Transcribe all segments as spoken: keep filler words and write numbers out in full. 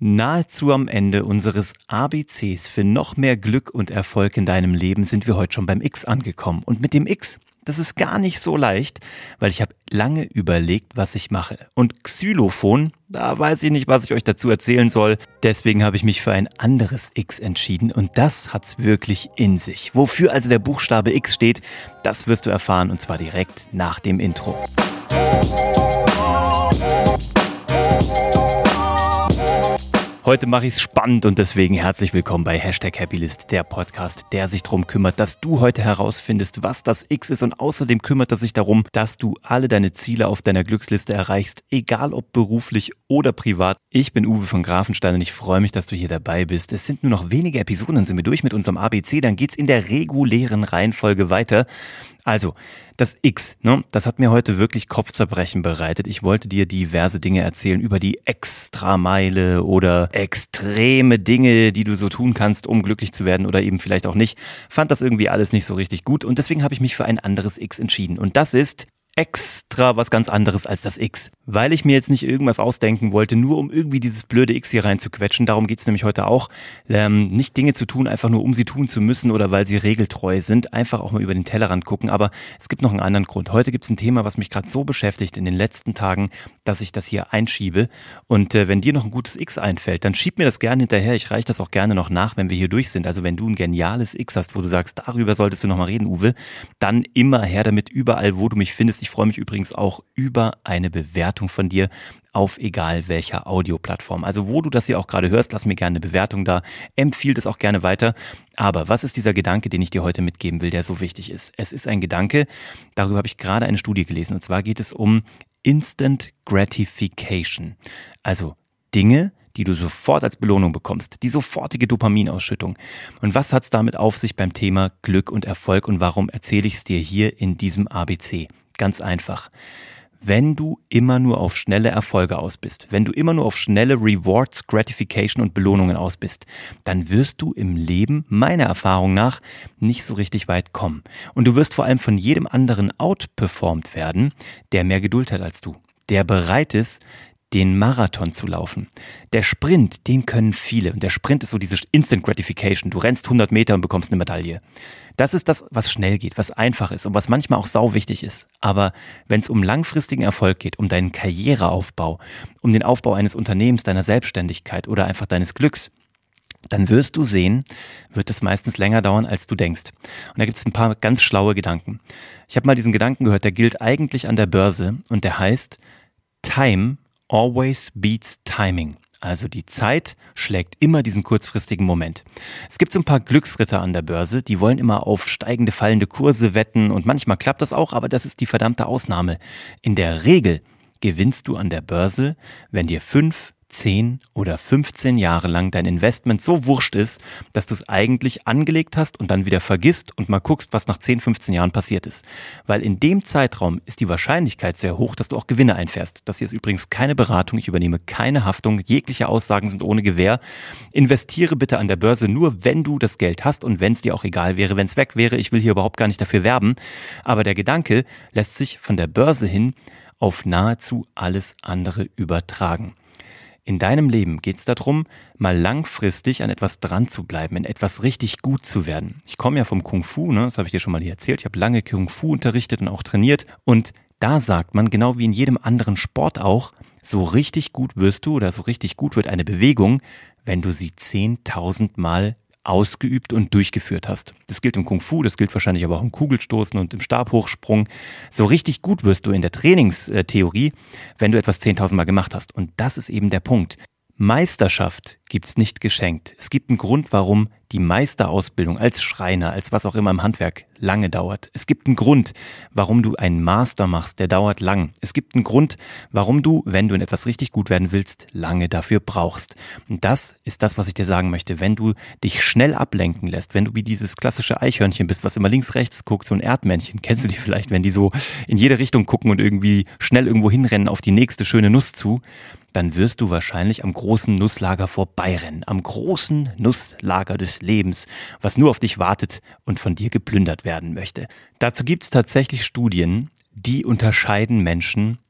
Nahezu am Ende unseres A B Cs für noch mehr Glück und Erfolg in deinem Leben sind wir heute schon beim X angekommen. Und mit dem X, das ist gar nicht so leicht, weil ich habe lange überlegt, was ich mache. Und Xylophon, da weiß ich nicht, was ich euch dazu erzählen soll. Deswegen habe ich mich für ein anderes X entschieden und das hat's wirklich in sich. Wofür also der Buchstabe X steht, das wirst du erfahren und zwar direkt nach dem Intro. Heute mache ich es spannend und deswegen herzlich willkommen bei Hashtag Happylist, der Podcast, der sich darum kümmert, dass du heute herausfindest, was das X ist und außerdem kümmert er sich darum, dass du alle deine Ziele auf deiner Glücksliste erreichst, egal ob beruflich oder privat. Ich bin Uwe von Grafenstein und ich freue mich, dass du hier dabei bist. Es sind nur noch wenige Episoden, dann sind wir durch mit unserem A B C, dann geht's in der regulären Reihenfolge weiter. Also, das X, ne, das hat mir heute wirklich Kopfzerbrechen bereitet. Ich wollte dir diverse Dinge erzählen über die Extrameile oder extreme Dinge, die du so tun kannst, um glücklich zu werden oder eben vielleicht auch nicht. Fand das irgendwie alles nicht so richtig gut und deswegen habe ich mich für ein anderes X entschieden. Und das ist extra was ganz anderes als das X. Weil ich mir jetzt nicht irgendwas ausdenken wollte, nur um irgendwie dieses blöde X hier reinzuquetschen. Darum geht's nämlich heute auch. Ähm, nicht Dinge zu tun, einfach nur um sie tun zu müssen oder weil sie regeltreu sind. Einfach auch mal über den Tellerrand gucken. Aber es gibt noch einen anderen Grund. Heute gibt's ein Thema, was mich gerade so beschäftigt in den letzten Tagen, dass ich das hier einschiebe. Und äh, wenn dir noch ein gutes X einfällt, dann schieb mir das gerne hinterher. Ich reiche das auch gerne noch nach, wenn wir hier durch sind. Also wenn du ein geniales X hast, wo du sagst, darüber solltest du noch mal reden, Uwe, dann immer her damit, überall, wo du mich findest. Ich freue mich übrigens auch über eine Bewertung von dir auf egal welcher Audioplattform. Also wo du das hier auch gerade hörst, lass mir gerne eine Bewertung da, empfiehl das auch gerne weiter. Aber was ist dieser Gedanke, den ich dir heute mitgeben will, der so wichtig ist? Es ist ein Gedanke, darüber habe ich gerade eine Studie gelesen und zwar geht es um Instant Gratification. Also Dinge, die du sofort als Belohnung bekommst, die sofortige Dopaminausschüttung. Und was hat's damit auf sich beim Thema Glück und Erfolg und warum erzähle ich es dir hier in diesem A B C? Ganz einfach. Wenn du immer nur auf schnelle Erfolge aus bist, wenn du immer nur auf schnelle Rewards, Gratification und Belohnungen aus bist, dann wirst du im Leben, meiner Erfahrung nach, nicht so richtig weit kommen. Und du wirst vor allem von jedem anderen outperformed werden, der mehr Geduld hat als du, der bereit ist, den Marathon zu laufen. Der Sprint, den können viele. Und der Sprint ist so diese Instant Gratification. Du rennst hundert Meter und bekommst eine Medaille. Das ist das, was schnell geht, was einfach ist und was manchmal auch sau wichtig ist. Aber wenn es um langfristigen Erfolg geht, um deinen Karriereaufbau, um den Aufbau eines Unternehmens, deiner Selbstständigkeit oder einfach deines Glücks, dann wirst du sehen, wird es meistens länger dauern, als du denkst. Und da gibt es ein paar ganz schlaue Gedanken. Ich habe mal diesen Gedanken gehört, der gilt eigentlich an der Börse und der heißt Time always beats timing. Also die Zeit schlägt immer diesen kurzfristigen Moment. Es gibt so ein paar Glücksritter an der Börse, die wollen immer auf steigende, fallende Kurse wetten und manchmal klappt das auch, aber das ist die verdammte Ausnahme. In der Regel gewinnst du an der Börse, wenn dir fünf, zehn oder fünfzehn Jahre lang dein Investment so wurscht ist, dass du es eigentlich angelegt hast und dann wieder vergisst und mal guckst, was nach zehn, fünfzehn Jahren passiert ist. Weil in dem Zeitraum ist die Wahrscheinlichkeit sehr hoch, dass du auch Gewinne einfährst. Das hier ist übrigens keine Beratung, ich übernehme keine Haftung, jegliche Aussagen sind ohne Gewähr. Investiere bitte an der Börse nur, wenn du das Geld hast und wenn es dir auch egal wäre, wenn es weg wäre. Ich will hier überhaupt gar nicht dafür werben. Aber der Gedanke lässt sich von der Börse hin auf nahezu alles andere übertragen. In deinem Leben geht es darum, mal langfristig an etwas dran zu bleiben, in etwas richtig gut zu werden. Ich komme ja vom Kung Fu, ne? Das habe ich dir schon mal hier erzählt. Ich habe lange Kung Fu unterrichtet und auch trainiert. Und da sagt man, genau wie in jedem anderen Sport auch, so richtig gut wirst du oder so richtig gut wird eine Bewegung, wenn du sie zehntausend Mal ausgeübt und durchgeführt hast. Das gilt im Kung Fu, das gilt wahrscheinlich aber auch im Kugelstoßen und im Stabhochsprung. So richtig gut wirst du in der Trainingstheorie, wenn du etwas zehntausend Mal gemacht hast. Und das ist eben der Punkt. Meisterschaft gibt's nicht geschenkt. Es gibt einen Grund, warum die Meisterausbildung als Schreiner, als was auch immer im Handwerk lange dauert. Es gibt einen Grund, warum du einen Master machst, der dauert lang. Es gibt einen Grund, warum du, wenn du in etwas richtig gut werden willst, lange dafür brauchst. Und das ist das, was ich dir sagen möchte. Wenn du dich schnell ablenken lässt, wenn du wie dieses klassische Eichhörnchen bist, was immer links, rechts guckt, so ein Erdmännchen, kennst du die vielleicht, wenn die so in jede Richtung gucken und irgendwie schnell irgendwo hinrennen auf die nächste schöne Nuss zu, dann wirst du wahrscheinlich am großen Nusslager vorbeirennen, am großen Nusslager des Lebens, was nur auf dich wartet und von dir geplündert werden möchte. Dazu gibt es tatsächlich Studien, die unterscheiden Menschen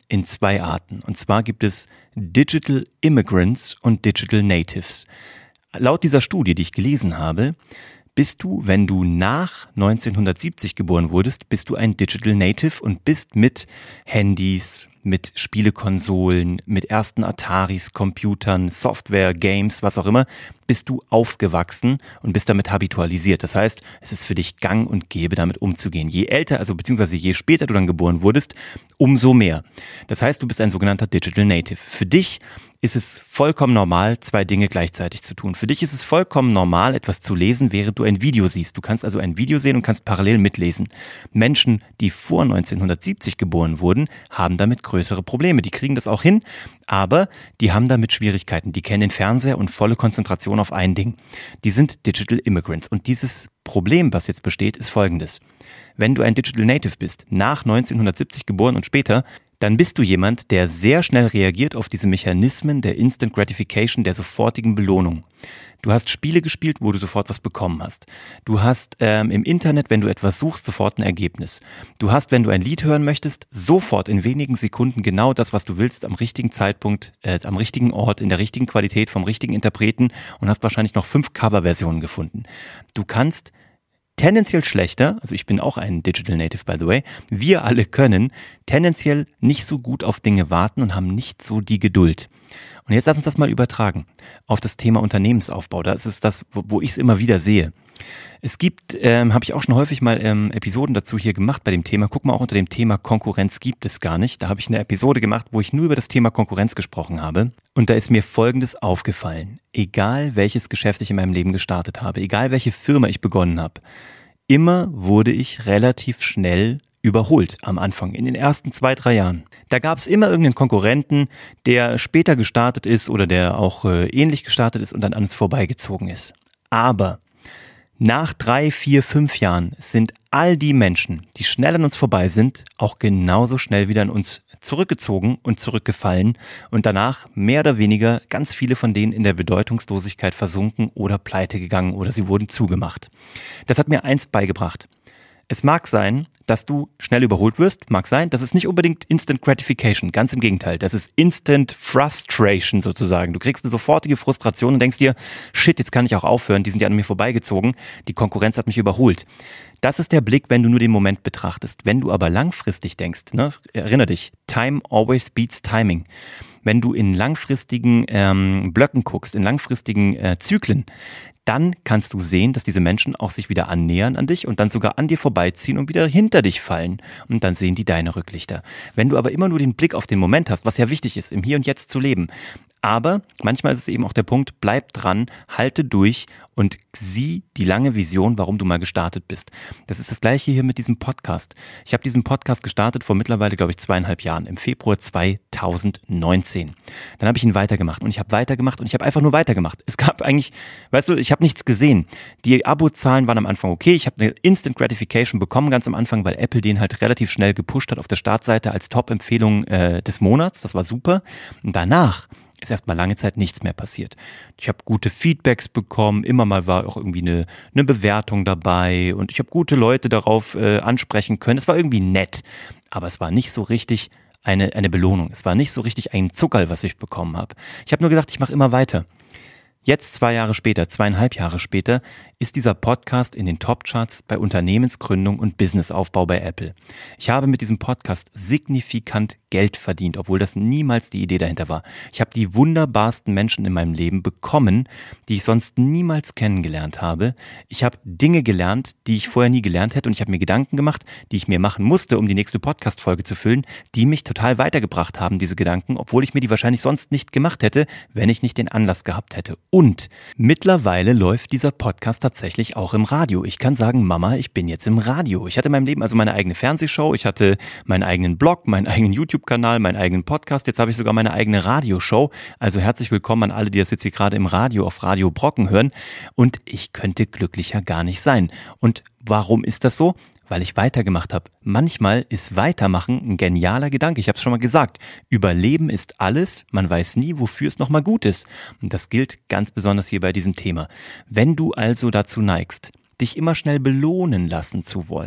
in zwei Arten. Und zwar gibt es Digital Immigrants und Digital Natives. Laut dieser Studie, die ich gelesen habe, bist du, wenn du nach neunzehnhundertsiebzig geboren wurdest, bist du ein Digital Native und bist mit Handys, mit Spielekonsolen, mit ersten Ataris, Computern, Software, Games, was auch immer, bist du aufgewachsen und bist damit habitualisiert. Das heißt, es ist für dich gang und gäbe, damit umzugehen. Je älter, also beziehungsweise je später du dann geboren wurdest, umso mehr. Das heißt, du bist ein sogenannter Digital Native. Für dich ist es vollkommen normal, zwei Dinge gleichzeitig zu tun. Für dich ist es vollkommen normal, etwas zu lesen, während du ein Video siehst. Du kannst also ein Video sehen und kannst parallel mitlesen. Menschen, die vor neunzehnhundertsiebzig geboren wurden, haben damit größere Probleme. Die kriegen das auch hin, aber die haben damit Schwierigkeiten. Die kennen den Fernseher und volle Konzentration auf ein Ding. Die sind Digital Immigrants. Und dieses Problem, was jetzt besteht, ist folgendes. Wenn du ein Digital Native bist, nach neunzehnhundertsiebzig geboren und später, dann bist du jemand, der sehr schnell reagiert auf diese Mechanismen der Instant Gratification, der sofortigen Belohnung. Du hast Spiele gespielt, wo du sofort was bekommen hast. Du hast ähm, im Internet, wenn du etwas suchst, sofort ein Ergebnis. Du hast, wenn du ein Lied hören möchtest, sofort in wenigen Sekunden genau das, was du willst, am richtigen Zeitpunkt, äh, am richtigen Ort, in der richtigen Qualität, vom richtigen Interpreten und hast wahrscheinlich noch fünf Coverversionen gefunden. Du kannst tendenziell schlechter, also ich bin auch ein Digital Native, by the way, wir alle können tendenziell nicht so gut auf Dinge warten und haben nicht so die Geduld. Und jetzt lass uns das mal übertragen auf das Thema Unternehmensaufbau. Das ist das, wo, wo ich es immer wieder sehe. Es gibt, ähm, habe ich auch schon häufig mal ähm, Episoden dazu hier gemacht bei dem Thema. Guck mal, auch unter dem Thema Konkurrenz gibt es gar nicht. Da habe ich eine Episode gemacht, wo ich nur über das Thema Konkurrenz gesprochen habe. Und da ist mir Folgendes aufgefallen. Egal welches Geschäft ich in meinem Leben gestartet habe, egal welche Firma ich begonnen habe, immer wurde ich relativ schnell überholt am Anfang, in den ersten zwei, drei Jahren. Da gab es immer irgendeinen Konkurrenten, der später gestartet ist oder der auch äh, ähnlich gestartet ist und dann an uns vorbeigezogen ist. Aber nach drei, vier, fünf Jahren sind all die Menschen, die schnell an uns vorbei sind, auch genauso schnell wieder an uns zurückgezogen und zurückgefallen und danach mehr oder weniger ganz viele von denen in der Bedeutungslosigkeit versunken oder pleite gegangen oder sie wurden zugemacht. Das hat mir eins beigebracht. Es mag sein, dass du schnell überholt wirst, mag sein, das ist nicht unbedingt Instant Gratification, ganz im Gegenteil, das ist Instant Frustration sozusagen. Du kriegst eine sofortige Frustration und denkst dir, shit, jetzt kann ich auch aufhören, die sind ja an mir vorbeigezogen, die Konkurrenz hat mich überholt. Das ist der Blick, wenn du nur den Moment betrachtest. Wenn du aber langfristig denkst, ne, erinnere dich, Time always beats Timing. Wenn du in langfristigen ähm, Blöcken guckst, in langfristigen äh, Zyklen, dann kannst du sehen, dass diese Menschen auch sich wieder annähern an dich und dann sogar an dir vorbeiziehen und wieder hinter dich fallen. Und dann sehen die deine Rücklichter. Wenn du aber immer nur den Blick auf den Moment hast, was ja wichtig ist, im Hier und Jetzt zu leben, aber manchmal ist es eben auch der Punkt, bleib dran, halte durch und sieh die lange Vision, warum du mal gestartet bist. Das ist das Gleiche hier mit diesem Podcast. Ich habe diesen Podcast gestartet vor mittlerweile, glaube ich, zweieinhalb Jahren, im Februar zweitausendneunzehn. Dann habe ich ihn weitergemacht und ich habe weitergemacht und ich habe einfach nur weitergemacht. Es gab eigentlich, weißt du, ich habe nichts gesehen. Die Abozahlen waren am Anfang okay. Ich habe eine Instant Gratification bekommen ganz am Anfang, weil Apple den halt relativ schnell gepusht hat auf der Startseite als Top-Empfehlung äh, des Monats. Das war super. Und danach ist erstmal lange Zeit nichts mehr passiert. Ich habe gute Feedbacks bekommen, immer mal war auch irgendwie eine, eine Bewertung dabei und ich habe gute Leute darauf äh, ansprechen können. Es war irgendwie nett, aber es war nicht so richtig eine, eine Belohnung. Es war nicht so richtig ein Zuckerl, was ich bekommen habe. Ich habe nur gedacht, ich mache immer weiter. Jetzt zwei Jahre später, zweieinhalb Jahre später, ist dieser Podcast in den Top-Charts bei Unternehmensgründung und Businessaufbau bei Apple. Ich habe mit diesem Podcast signifikant Geld verdient, obwohl das niemals die Idee dahinter war. Ich habe die wunderbarsten Menschen in meinem Leben bekommen, die ich sonst niemals kennengelernt habe. Ich habe Dinge gelernt, die ich vorher nie gelernt hätte und ich habe mir Gedanken gemacht, die ich mir machen musste, um die nächste Podcast-Folge zu füllen, die mich total weitergebracht haben, diese Gedanken, obwohl ich mir die wahrscheinlich sonst nicht gemacht hätte, wenn ich nicht den Anlass gehabt hätte. Und mittlerweile läuft dieser Podcast tatsächlich auch im Radio. Ich kann sagen, Mama, ich bin jetzt im Radio. Ich hatte in meinem Leben also meine eigene Fernsehshow, ich hatte meinen eigenen Blog, meinen eigenen YouTube-Kanal, meinen eigenen Podcast, jetzt habe ich sogar meine eigene Radioshow. Also herzlich willkommen an alle, die das jetzt hier gerade im Radio auf Radio Brocken hören. Und ich könnte glücklicher gar nicht sein. Und warum ist das so? Weil ich weitergemacht habe. Manchmal ist Weitermachen ein genialer Gedanke. Ich habe es schon mal gesagt. Überleben ist alles. Man weiß nie, wofür es nochmal gut ist. Und das gilt ganz besonders hier bei diesem Thema. Wenn du also dazu neigst, dich immer schnell belohnen lassen zu wollen,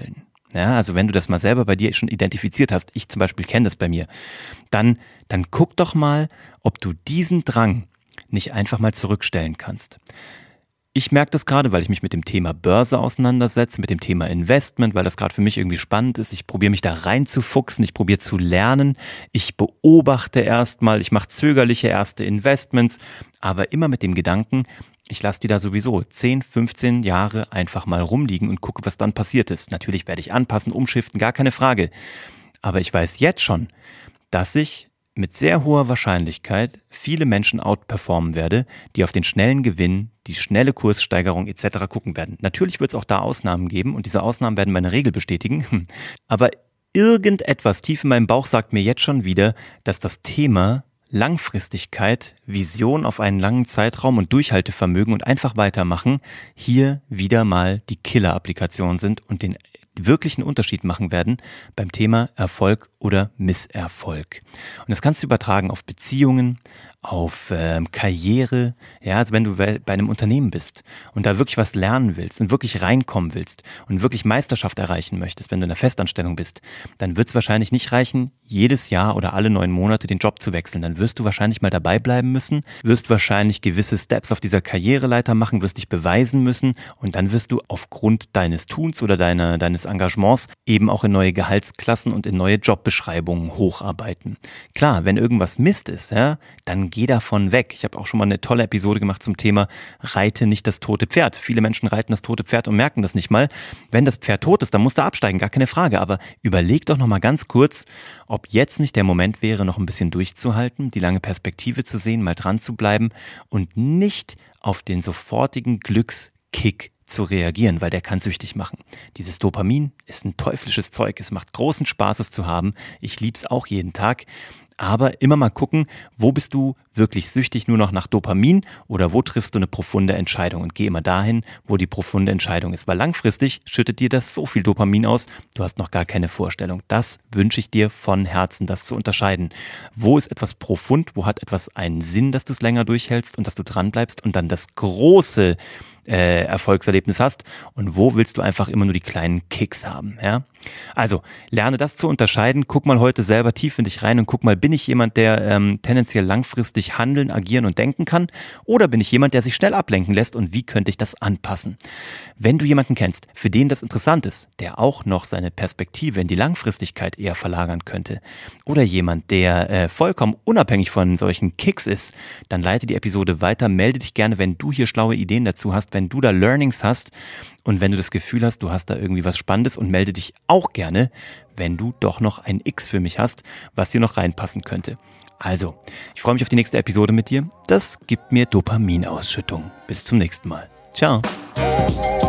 ja, also wenn du das mal selber bei dir schon identifiziert hast, ich zum Beispiel kenne das bei mir, dann, dann guck doch mal, ob du diesen Drang nicht einfach mal zurückstellen kannst. Ich merke das gerade, weil ich mich mit dem Thema Börse auseinandersetze, mit dem Thema Investment, weil das gerade für mich irgendwie spannend ist. Ich probiere mich da reinzufuchsen, ich probiere zu lernen. Ich beobachte erstmal, ich mache zögerliche erste Investments, aber immer mit dem Gedanken, ich lasse die da sowieso zehn, fünfzehn Jahre einfach mal rumliegen und gucke, was dann passiert ist. Natürlich werde ich anpassen, umschiften, gar keine Frage. Aber ich weiß jetzt schon, dass ich mit sehr hoher Wahrscheinlichkeit viele Menschen outperformen werde, die auf den schnellen Gewinn, die schnelle Kurssteigerung et cetera gucken werden. Natürlich wird es auch da Ausnahmen geben und diese Ausnahmen werden meine Regel bestätigen. Aber irgendetwas tief in meinem Bauch sagt mir jetzt schon wieder, dass das Thema Langfristigkeit, Vision auf einen langen Zeitraum und Durchhaltevermögen und einfach weitermachen hier wieder mal die Killer-Applikationen sind und den wirklichen Unterschied machen werden beim Thema Erfolg oder Misserfolg. Und das kannst du übertragen auf Beziehungen, auf ähm, Karriere, ja, also wenn du bei einem Unternehmen bist und da wirklich was lernen willst und wirklich reinkommen willst und wirklich Meisterschaft erreichen möchtest, wenn du in einer Festanstellung bist, dann wird es wahrscheinlich nicht reichen, jedes Jahr oder alle neun Monate den Job zu wechseln. Dann wirst du wahrscheinlich mal dabei bleiben müssen, wirst wahrscheinlich gewisse Steps auf dieser Karriereleiter machen, wirst dich beweisen müssen und dann wirst du aufgrund deines Tuns oder deiner, deines Engagements eben auch in neue Gehaltsklassen und in neue Jobbeschreibungen hocharbeiten. Klar, wenn irgendwas Mist ist, ja, dann geh davon weg. Ich habe auch schon mal eine tolle Episode gemacht zum Thema reite nicht das tote Pferd. Viele Menschen reiten das tote Pferd und merken das nicht mal. Wenn das Pferd tot ist, dann musst du absteigen, gar keine Frage. Aber überleg doch noch mal ganz kurz, ob jetzt nicht der Moment wäre, noch ein bisschen durchzuhalten, die lange Perspektive zu sehen, mal dran zu bleiben und nicht auf den sofortigen Glückskick zu reagieren, weil der kann süchtig machen. Dieses Dopamin ist ein teuflisches Zeug. Es macht großen Spaß, es zu haben. Ich lieb's auch jeden Tag. Aber immer mal gucken, wo bist du wirklich süchtig nur noch nach Dopamin oder wo triffst du eine profunde Entscheidung und geh immer dahin, wo die profunde Entscheidung ist, weil langfristig schüttet dir das so viel Dopamin aus, du hast noch gar keine Vorstellung. Das wünsche ich dir von Herzen, das zu unterscheiden. Wo ist etwas profund, wo hat etwas einen Sinn, dass du es länger durchhältst und dass du dranbleibst und dann das große äh, Erfolgserlebnis hast und wo willst du einfach immer nur die kleinen Kicks haben, ja? Also, lerne das zu unterscheiden, guck mal heute selber tief in dich rein und guck mal, bin ich jemand, der ähm, tendenziell langfristig handeln, agieren und denken kann oder bin ich jemand, der sich schnell ablenken lässt und wie könnte ich das anpassen? Wenn du jemanden kennst, für den das interessant ist, der auch noch seine Perspektive in die Langfristigkeit eher verlagern könnte oder jemand, der äh, vollkommen unabhängig von solchen Kicks ist, dann leite die Episode weiter, melde dich gerne, wenn du hier schlaue Ideen dazu hast, wenn du da Learnings hast und wenn du das Gefühl hast, du hast da irgendwie was Spannendes und melde dich auch gerne, wenn du doch noch ein X für mich hast, was dir noch reinpassen könnte. Also, ich freue mich auf die nächste Episode mit dir. Das gibt mir Dopaminausschüttung. Bis zum nächsten Mal. Ciao.